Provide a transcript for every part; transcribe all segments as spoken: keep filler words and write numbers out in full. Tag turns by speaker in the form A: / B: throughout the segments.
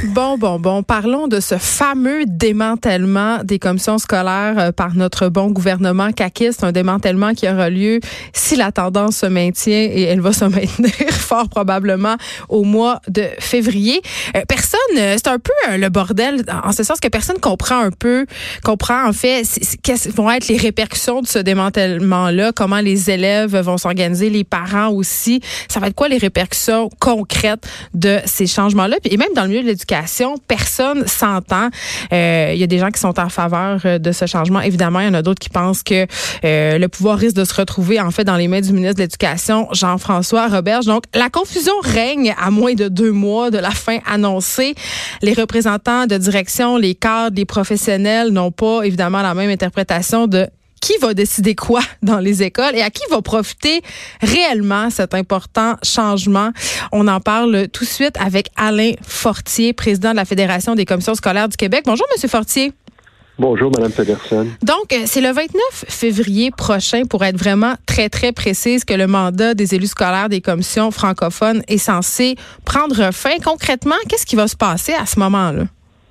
A: Bon, bon, bon. Parlons de ce fameux démantèlement des commissions scolaires euh, par notre bon gouvernement caquiste. Un démantèlement qui aura lieu si la tendance se maintient, et elle va se maintenir fort probablement au mois de février. Euh, personne, euh, c'est un peu euh, le bordel, en ce sens que personne comprend un peu, comprend en fait quelles vont être les répercussions de ce démantèlement-là, comment les élèves vont s'organiser, les parents aussi. Ça va être quoi les répercussions concrètes de ces changements-là? Et même dans le milieu de l'éducation, personne s'entend. Euh, il y a des gens qui sont en faveur de ce changement. Évidemment, il y en a d'autres qui pensent que euh, le pouvoir risque de se retrouver en fait dans les mains du ministre de l'Éducation, Jean-François Roberge. Donc, la confusion règne à moins de deux mois de la fin annoncée. Les représentants de direction, les cadres, les professionnels n'ont pas évidemment la même interprétation de qui va décider quoi dans les écoles et à qui va profiter réellement cet important changement. On en parle tout de suite avec Alain Fortier, président de la Fédération des commissions scolaires du Québec. Bonjour, Monsieur Fortier.
B: Bonjour, Mme Pedersen.
A: Donc, c'est le vingt-neuf février prochain, pour être vraiment très, très précise, que le mandat des élus scolaires des commissions francophones est censé prendre fin. Concrètement, qu'est-ce qui va se passer à ce moment-là?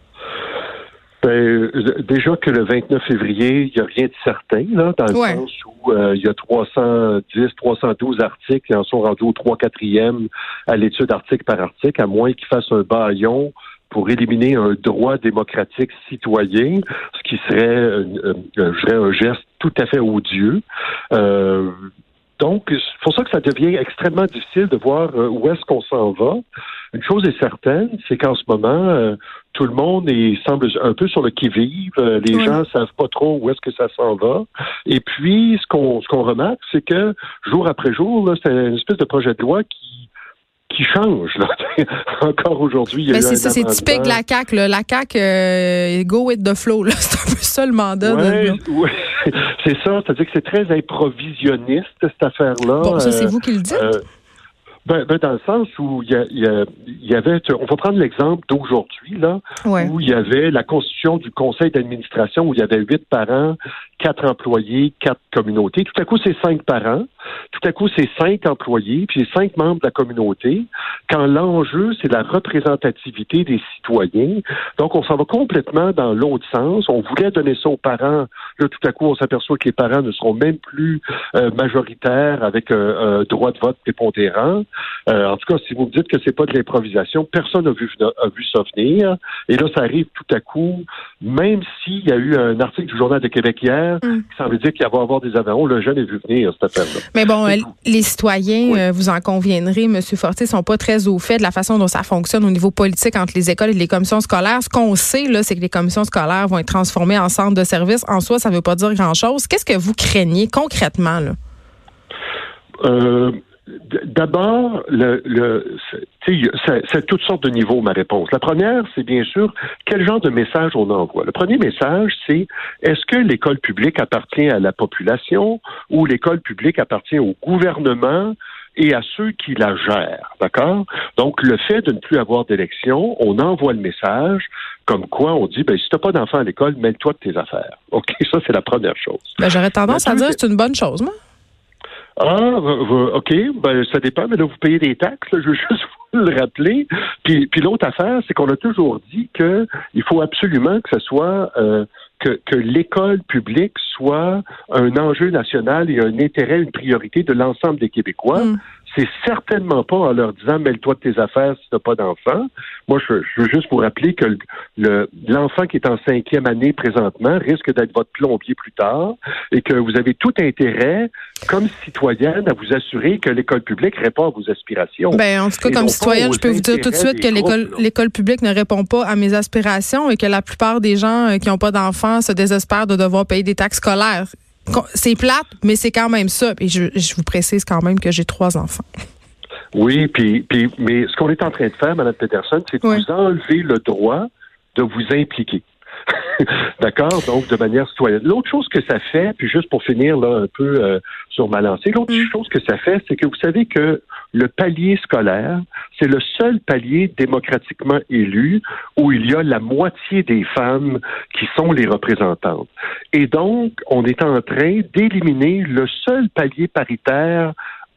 B: Ben, déjà que le vingt-neuf février, il n'y a rien de certain, là, dans le
A: ouais.
B: sens où euh, il y a trois cent dix, trois cent douze articles qui en sont rendus au trois quatrième à l'étude article par article, à moins qu'ils fassent un bâillon pour éliminer un droit démocratique citoyen, ce qui serait, euh, euh, je dirais, un geste tout à fait odieux. Euh, Donc, c'est pour ça que ça devient extrêmement difficile de voir euh, où est-ce qu'on s'en va. Une chose est certaine, c'est qu'en ce moment, euh, tout le monde est, semble un peu sur le qui-vive. Euh, les oui. gens savent pas trop où est-ce que ça s'en va. Et puis, ce qu'on, ce qu'on remarque, c'est que jour après jour, là, c'est une espèce de projet de loi qui qui change, là. Encore aujourd'hui, il y a
A: ben
B: eu
A: c'est
B: un
A: ça, c'est typique de la C A Q, là. La C A Q, euh, go with the flow, là. C'est un peu ça le mandat.
B: Ouais,
A: de...
B: ouais. C'est ça, c'est-à-dire que c'est très improvisionniste, cette affaire-là.
A: Bon, ça, c'est vous qui le dites? Euh,
B: Ben, ben, dans le sens où il y, a, il y, a, il y avait, on va prendre l'exemple d'aujourd'hui, là, ouais. où il y avait la constitution du conseil d'administration, où il y avait huit parents, quatre employés, quatre communautés. Tout à coup, c'est cinq parents. Tout à coup, c'est cinq employés, puis c'est cinq membres de la communauté. Quand l'enjeu, c'est la représentativité des citoyens. Donc, on s'en va complètement dans l'autre sens. On voulait donner ça aux parents. Là, tout à coup, on s'aperçoit que les parents ne seront même plus euh, majoritaires avec un euh, euh, droit de vote prépondérant. Euh, en tout cas, si vous me dites que c'est pas de l'improvisation, personne n'a vu, a vu ça venir. Et là, ça arrive tout à coup, même s'il y a eu un article du Journal de Québec hier mm. qui semble dire qu'il va y avoir des averrons, le jeune est vu venir, cette affaire-là.
A: Mais bon, euh, les citoyens, oui. euh, vous en conviendrez, M. Fortier, sont pas très au fait de la façon dont ça fonctionne au niveau politique entre les écoles et les commissions scolaires. Ce qu'on sait, là, c'est que les commissions scolaires vont être transformées en centres de services. En soi, ça veut pas dire grand-chose. Qu'est-ce que vous craignez concrètement, là?
B: Euh... D'abord, le, le, c'est, c'est, c'est toutes sortes de niveaux, ma réponse. La première, c'est bien sûr, quel genre de message on envoie. Le premier message, c'est est-ce que l'école publique appartient à la population ou l'école publique appartient au gouvernement et à ceux qui la gèrent, d'accord? Donc, le fait de ne plus avoir d'élection, on envoie le message comme quoi on dit, ben si t'as pas d'enfant à l'école, mêle-toi de tes affaires. OK, ça, c'est la première chose.
A: Ben, j'aurais tendance à dire que c'est une bonne chose, moi.
B: Ah, OK, ben ça dépend, mais là, vous payez des taxes, là, je veux juste vous le rappeler. Puis, puis l'autre affaire, c'est qu'on a toujours dit que il faut absolument que ce soit euh, que, que l'école publique soit un enjeu national et un intérêt, une priorité de l'ensemble des Québécois. Mm. C'est certainement pas en leur disant « mêle-toi de tes affaires si tu n'as pas d'enfant ». Moi, je, je veux juste vous rappeler que le, le, l'enfant qui est en cinquième année présentement risque d'être votre plombier plus tard et que vous avez tout intérêt, comme citoyenne, à vous assurer que l'école publique répond à vos aspirations.
A: Ben, en tout cas, comme citoyenne, je peux vous dire tout de suite que l'école, groupes, l'école publique ne répond pas à mes aspirations et que la plupart des gens qui n'ont pas d'enfants se désespèrent de devoir payer des taxes scolaires. C'est plate, mais c'est quand même ça. Et je, je vous précise quand même que j'ai trois enfants.
B: Oui, puis, puis, mais ce qu'on est en train de faire, Mme Pedersen, c'est de oui. vous enlever le droit de vous impliquer. D'accord? Donc, de manière citoyenne. L'autre chose que ça fait, puis juste pour finir là un peu euh, sur ma lancée, l'autre mm. chose que ça fait, c'est que vous savez que le palier scolaire, c'est le seul palier démocratiquement élu où il y a la moitié des femmes qui sont les représentantes. Et donc, on est en train d'éliminer le seul palier paritaire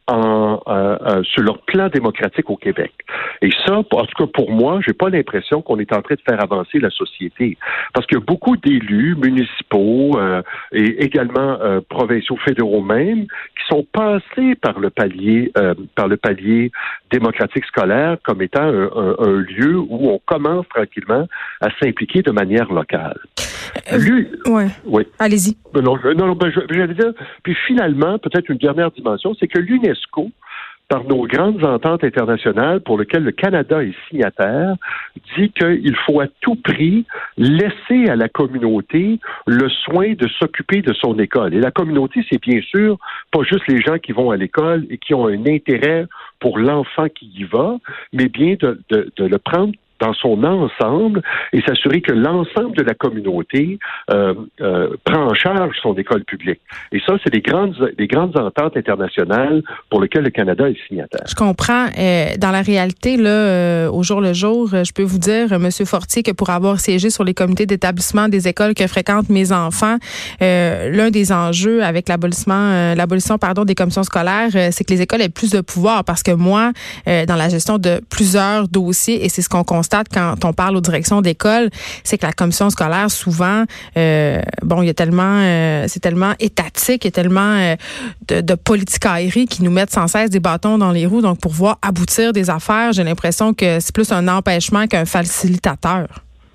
B: en, euh, euh, sur leur plan démocratique au Québec. Et ça, en tout cas pour moi, j'ai pas l'impression qu'on est en train de faire avancer la société. Parce qu'il y a beaucoup d'élus municipaux euh, et également euh, provinciaux, fédéraux même, qui sont passés par le palier euh, par le palier démocratique scolaire comme étant un, un, un lieu où on commence tranquillement à s'impliquer de manière locale.
A: Euh, Lui, ouais. Oui. Allez-y.
B: Non, je, non, ben, je, j'allais dire. Puis finalement, peut-être une dernière dimension, c'est que l'UNESCO, par nos grandes ententes internationales pour lesquelles le Canada est signataire, dit qu'il faut à tout prix laisser à la communauté le soin de s'occuper de son école. Et la communauté, c'est bien sûr pas juste les gens qui vont à l'école et qui ont un intérêt pour l'enfant qui y va, mais bien de, de, de le prendre dans son ensemble et s'assurer que l'ensemble de la communauté euh, euh, prend en charge son école publique. Et ça, c'est des grandes, des grandes ententes internationales pour lesquelles le Canada est signataire.
A: Je comprends. Euh, dans la réalité, là, euh, au jour le jour, je peux vous dire, M. Fortier, que pour avoir siégé sur les comités d'établissement des écoles que fréquentent mes enfants, euh, l'un des enjeux avec l'abolissement, euh, l'abolition, pardon, des commissions scolaires, euh, c'est que les écoles aient plus de pouvoir. Parce que moi, euh, dans la gestion de plusieurs dossiers, et c'est ce qu'on constate quand on parle aux directions d'école, c'est que la commission scolaire, souvent, euh, bon, il y a tellement, euh, c'est tellement étatique, il y a tellement euh, de, de politicaillerie qui nous mettent sans cesse des bâtons dans les roues. Donc, pour voir aboutir des affaires, j'ai l'impression que c'est plus un empêchement qu'un facilitateur.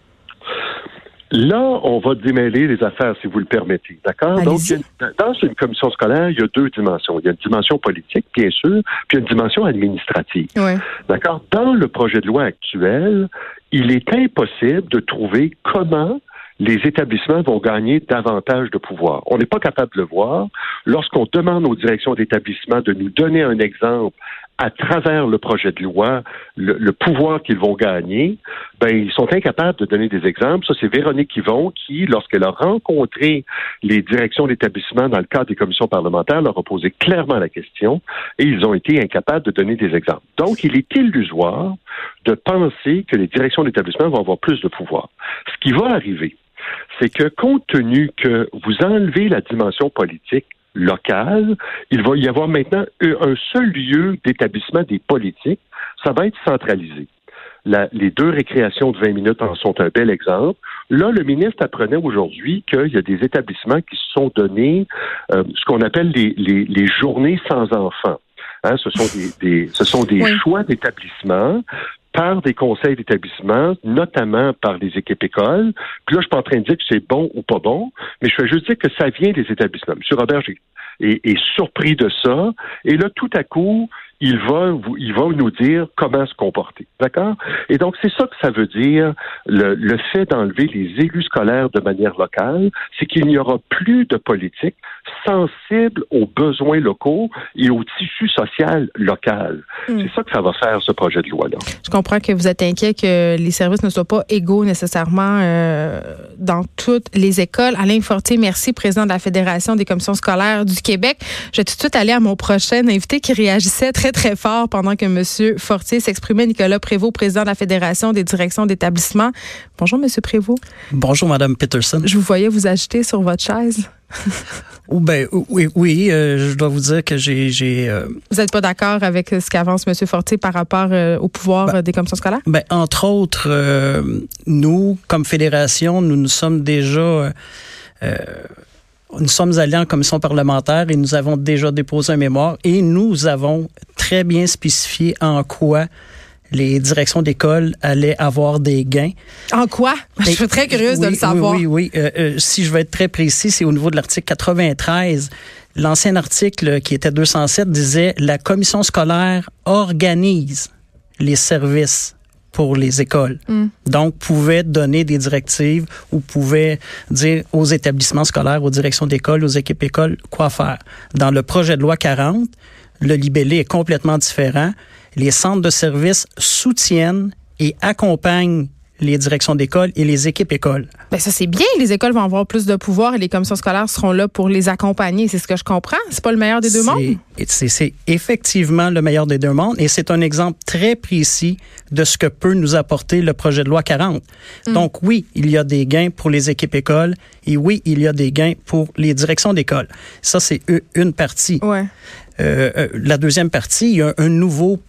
B: Là, on va démêler les affaires, si vous le permettez, d'accord? Donc, il y a, dans une commission scolaire, il y a deux dimensions. Il y a une dimension politique, bien sûr, puis il y a une dimension administrative.
A: Oui.
B: D'accord? Dans le projet de loi actuel, il est impossible de trouver comment les établissements vont gagner davantage de pouvoir. On n'est pas capable de le voir. Lorsqu'on demande aux directions d'établissement de nous donner un exemple à travers le projet de loi, le, le pouvoir qu'ils vont gagner, ben ils sont incapables de donner des exemples. Ça, c'est Véronique Yvon qui, lorsqu'elle a rencontré les directions d'établissement dans le cadre des commissions parlementaires, leur a posé clairement la question et ils ont été incapables de donner des exemples. Donc, il est illusoire de penser que les directions d'établissement vont avoir plus de pouvoir. Ce qui va arriver, c'est que compte tenu que vous enlevez la dimension politique locale, il va y avoir maintenant un seul lieu d'établissement des politiques. Ça va être centralisé. La, les deux récréations de vingt minutes en sont un bel exemple. Là, le ministre apprenait aujourd'hui qu'il y a des établissements qui se sont donnés euh, ce qu'on appelle les, les, les journées sans enfants. Hein, ce sont des, des, ce sont des oui. choix d'établissement par des conseils d'établissement, notamment par les équipes écoles. Puis là, je suis pas en train de dire que c'est bon ou pas bon, mais je veux juste dire que ça vient des établissements. M. Robert est, est surpris de ça, et là, tout à coup, il va, il va nous dire comment se comporter. D'accord? Et donc, c'est ça que ça veut dire, le, le fait d'enlever les élus scolaires de manière locale, c'est qu'il n'y aura plus de politique sensible aux besoins locaux et au tissu social local. Mmh. C'est ça que ça va faire, ce projet de loi-là.
A: Je comprends que vous êtes inquiet que les services ne soient pas égaux nécessairement euh, dans toutes les écoles. Alain Fortier, merci, président de la Fédération des commissions scolaires du Québec. Je vais tout de suite aller à mon prochain invité qui réagissait très, très fort pendant que M. Fortier s'exprimait. Nicolas Prévost, président de la Fédération des directions d'établissement. Bonjour, M. Prévost.
C: Bonjour, Mme Peterson.
A: Je vous voyais vous agiter sur votre chaise.
C: Ou ben oui, oui euh, je dois vous dire que j'ai... j'ai euh...
A: Vous n'êtes pas d'accord avec ce qu'avance M. Fortier par rapport euh, au pouvoir ben, des commissions scolaires?
C: Ben, entre autres, euh, nous, comme fédération, nous nous sommes déjà... Euh, euh, nous sommes allés en commission parlementaire et nous avons déjà déposé un mémoire et nous avons très bien spécifié en quoi les directions d'école allaient avoir des gains.
A: En quoi? Et, je suis très curieuse
C: oui,
A: de le savoir.
C: Oui, oui, oui. Euh, euh, si je veux être très précis, c'est au niveau de l'article quatre-vingt-treize. L'ancien article qui était deux cent sept disait « La commission scolaire organise les services pour les écoles. Mm. » Donc, pouvait donner des directives ou pouvait dire aux établissements scolaires, aux directions d'école, aux équipes écoles, quoi faire. Dans le projet de loi quarante, le libellé est complètement différent. Les centres de services soutiennent et accompagnent les directions d'école et les équipes écoles.
A: Ben ça, c'est bien. Les écoles vont avoir plus de pouvoir et les commissions scolaires seront là pour les accompagner. C'est ce que je comprends. C'est pas le meilleur des deux
C: c'est,
A: mondes?
C: C'est, c'est effectivement le meilleur des deux mondes et c'est un exemple très précis de ce que peut nous apporter le projet de loi quarante. Mm. Donc oui, il y a des gains pour les équipes écoles et oui, il y a des gains pour les directions d'école. Ça, c'est une partie.
A: Ouais.
C: Euh, la deuxième partie, il y a un nouveau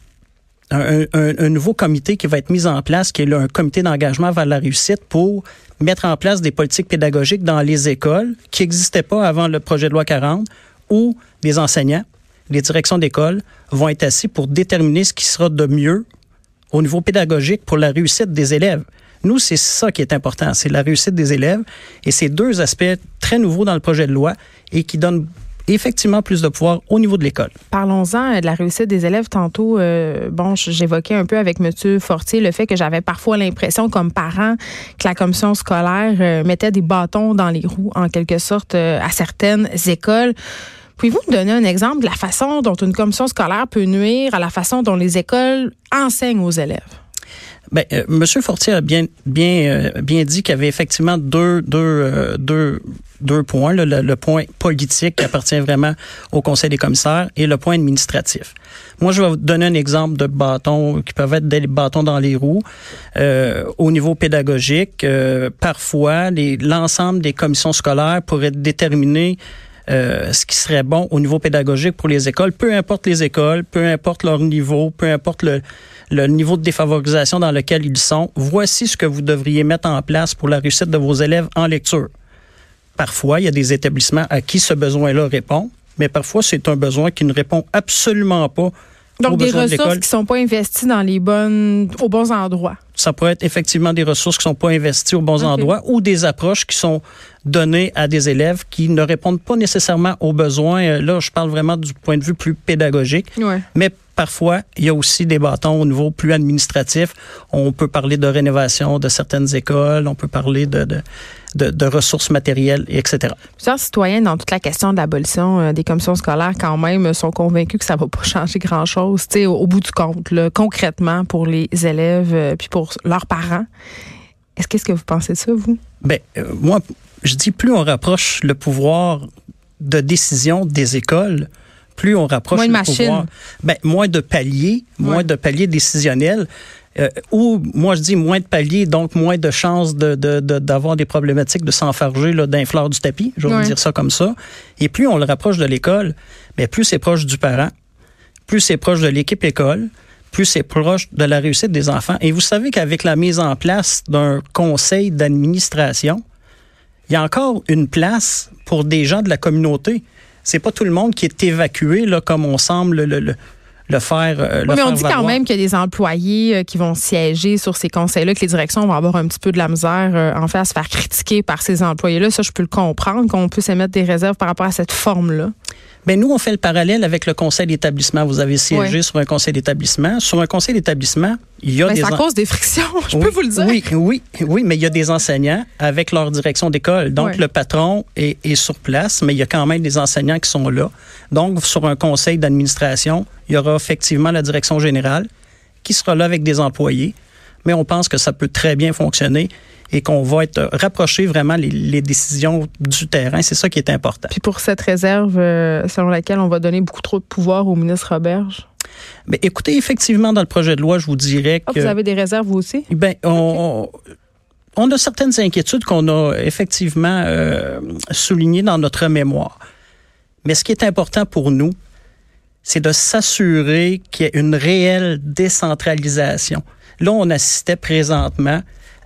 C: Un, un, un nouveau comité qui va être mis en place, qui est un comité d'engagement vers la réussite pour mettre en place des politiques pédagogiques dans les écoles qui n'existaient pas avant le projet de loi quarante, où les enseignants, les directions d'école vont être assis pour déterminer ce qui sera de mieux au niveau pédagogique pour la réussite des élèves. Nous, c'est ça qui est important, c'est la réussite des élèves. Et c'est deux aspects très nouveaux dans le projet de loi et qui donnent effectivement plus de pouvoir au niveau de l'école.
A: Parlons-en de la réussite des élèves. Tantôt, euh, bon, j'évoquais un peu avec M. Fortier le fait que j'avais parfois l'impression, comme parent, que la commission scolaire euh, mettait des bâtons dans les roues, en quelque sorte, euh, à certaines écoles. Pouvez-vous me donner un exemple de la façon dont une commission scolaire peut nuire à la façon dont les écoles enseignent aux élèves?
C: Ben, euh, M. Fortier a bien, bien, euh, bien dit qu'il y avait effectivement deux, deux, euh, deux, deux points. Là, le, le point politique qui appartient vraiment au Conseil des commissaires et le point administratif. Moi, je vais vous donner un exemple de bâtons qui peuvent être des bâtons dans les roues. Euh, au niveau pédagogique, euh, parfois, les, l'ensemble des commissions scolaires pourraient déterminer Euh, ce qui serait bon au niveau pédagogique pour les écoles, peu importe les écoles, peu importe leur niveau, peu importe le, le niveau de défavorisation dans lequel ils sont. Voici ce que vous devriez mettre en place pour la réussite de vos élèves en lecture. Parfois, il y a des établissements à qui ce besoin-là répond, mais parfois, c'est un besoin qui ne répond absolument pas
A: Donc,
C: aux
A: des
C: besoins de l'école.
A: ressources qui ne sont pas investies dans les bonnes, aux bons endroits.
C: Ça pourrait être effectivement des ressources qui ne sont pas investies aux bons okay. endroits ou des approches qui sont données à des élèves qui ne répondent pas nécessairement aux besoins. Là, je parle vraiment du point de vue plus pédagogique.
A: Ouais.
C: Mais parfois, il y a aussi des bâtons au niveau plus administratif. On peut parler de rénovation de certaines écoles, on peut parler de, de, de, de ressources matérielles, et cetera.
A: Plusieurs citoyens, dans toute la question de l'abolition euh, des commissions scolaires, quand même, sont convaincus que ça ne va pas changer grand-chose, tu sais, au, au bout du compte, là, concrètement, pour les élèves euh, puis pour leurs parents. Est-ce qu'est-ce que vous pensez de ça, vous?
C: Bien, euh, moi, je dis plus on rapproche le pouvoir de décision des écoles, plus on rapproche
A: moins de
C: le
A: machine.
C: pouvoir. Ben, moins de paliers, ouais. moins de paliers décisionnels. Euh, ou, moi, je dis moins de paliers, donc moins de chances de, de, de, d'avoir des problématiques de s'enfarger là, d'un fleur du tapis. Je vais ouais. vous dire ça comme ça. Et plus on le rapproche de l'école, bien, plus c'est proche du parent, plus c'est proche de l'équipe école, plus c'est proche de la réussite des enfants. Et vous savez qu'avec la mise en place d'un conseil d'administration, il y a encore une place pour des gens de la communauté. C'est pas tout le monde qui est évacué là, comme on semble le, le, le faire. Euh,
A: oui,
C: le
A: mais on
C: faire
A: dit
C: valoir.
A: quand même qu'il y a des employés euh, qui vont siéger sur ces conseils-là, que les directions vont avoir un petit peu de la misère euh, en fait à se faire critiquer par ces employés-là. Ça, je peux le comprendre, qu'on puisse émettre des réserves par rapport à cette forme-là.
C: Bien, nous, on fait le parallèle avec le conseil d'établissement. Vous avez siégé
A: oui.
C: sur un conseil d'établissement. Sur un conseil d'établissement, il y a
A: ben,
C: des...
A: C'est à en... cause des frictions, je
C: oui,
A: peux vous le dire.
C: Oui, oui, oui, mais il y a des enseignants avec leur direction d'école. Donc, oui. le patron est, est sur place, mais il y a quand même des enseignants qui sont là. Donc, sur un conseil d'administration, il y aura effectivement la direction générale qui sera là avec des employés. Mais on pense que ça peut très bien fonctionner et qu'on va être rapproché vraiment les, les décisions du terrain. C'est ça qui est important.
A: Puis pour cette réserve euh, selon laquelle on va donner beaucoup trop de pouvoir au ministre Roberge?
C: Bien, écoutez, effectivement, dans le projet de loi, je vous dirais que...
A: Ah, vous avez des réserves, vous aussi?
C: Bien, on, okay. on, on a certaines inquiétudes qu'on a effectivement euh, soulignées dans notre mémoire. Mais ce qui est important pour nous, c'est de s'assurer qu'il y ait une réelle décentralisation. Là, on assistait présentement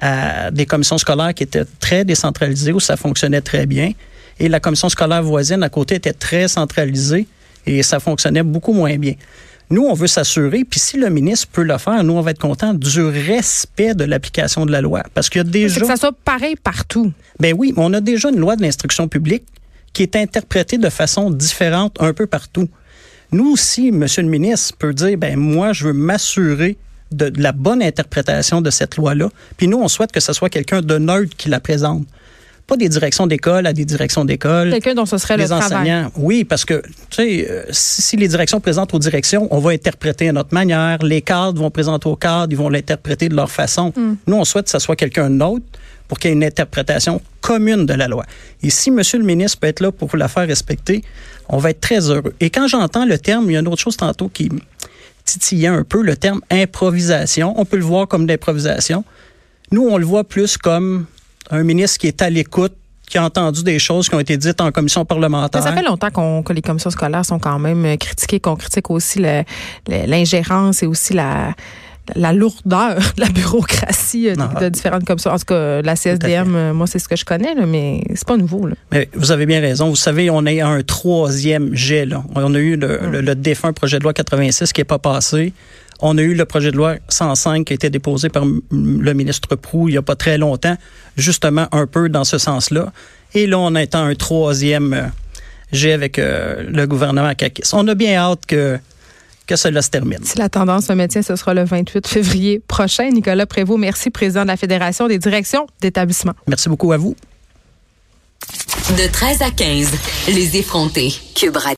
C: à des commissions scolaires qui étaient très décentralisées, où ça fonctionnait très bien. Et la commission scolaire voisine à côté était très centralisée et ça fonctionnait beaucoup moins bien. Nous, on veut s'assurer, puis si le ministre peut le faire, nous, on va être contents du respect de l'application de la loi. Parce qu'il y a déjà...
A: C'est que ça soit pareil partout.
C: Ben oui, mais on a déjà une loi de l'instruction publique qui est interprétée de façon différente un peu partout. Nous aussi, M. le ministre peut dire, ben moi, je veux m'assurer de, de la bonne interprétation de cette loi-là. Puis nous, on souhaite que ce soit quelqu'un de neutre qui la présente. Pas des directions d'école à des directions d'école.
A: Quelqu'un dont ce serait le travail.
C: Enseignants. Oui, parce que, tu sais, euh, si, si les directions présentent aux directions, on va interpréter à notre manière. Les cadres vont présenter aux cadres, ils vont l'interpréter de leur façon. Mm. Nous, on souhaite que ce soit quelqu'un de neutre pour qu'il y ait une interprétation commune de la loi. Et si M. le ministre peut être là pour la faire respecter, on va être très heureux. Et quand j'entends le terme, il y a une autre chose tantôt qui titillait un peu, le terme improvisation. On peut le voir comme d'improvisation. Nous, on le voit plus comme un ministre qui est à l'écoute qui a entendu des choses qui ont été dites en commission parlementaire.
A: Ça fait longtemps qu'on, que les commissions scolaires sont quand même critiquées, qu'on critique aussi le, le, l'ingérence et aussi la, la lourdeur de la bureaucratie de, de différentes commissions. En tout cas, la C S D M, moi, c'est ce que je connais, là, mais c'est pas nouveau. Là.
C: Mais vous avez bien raison. Vous savez, on est à un troisième jet. Là. On a eu le, hum. le, le défunt projet de loi quatre-vingt-six qui n'est pas passé. On a eu le projet de loi cent cinq qui a été déposé par le ministre Proulx il n'y a pas très longtemps, justement un peu dans ce sens-là. Et là, on est à un troisième jet avec euh, le gouvernement Kakis. On a bien hâte que, que cela se termine.
A: Si la tendance se maintient, ce sera le vingt-huit février prochain. Nicolas Prévost, merci, président de la Fédération des directions d'établissement.
C: Merci beaucoup à vous.
D: De treize à quinze, les effrontés. Cube Radio.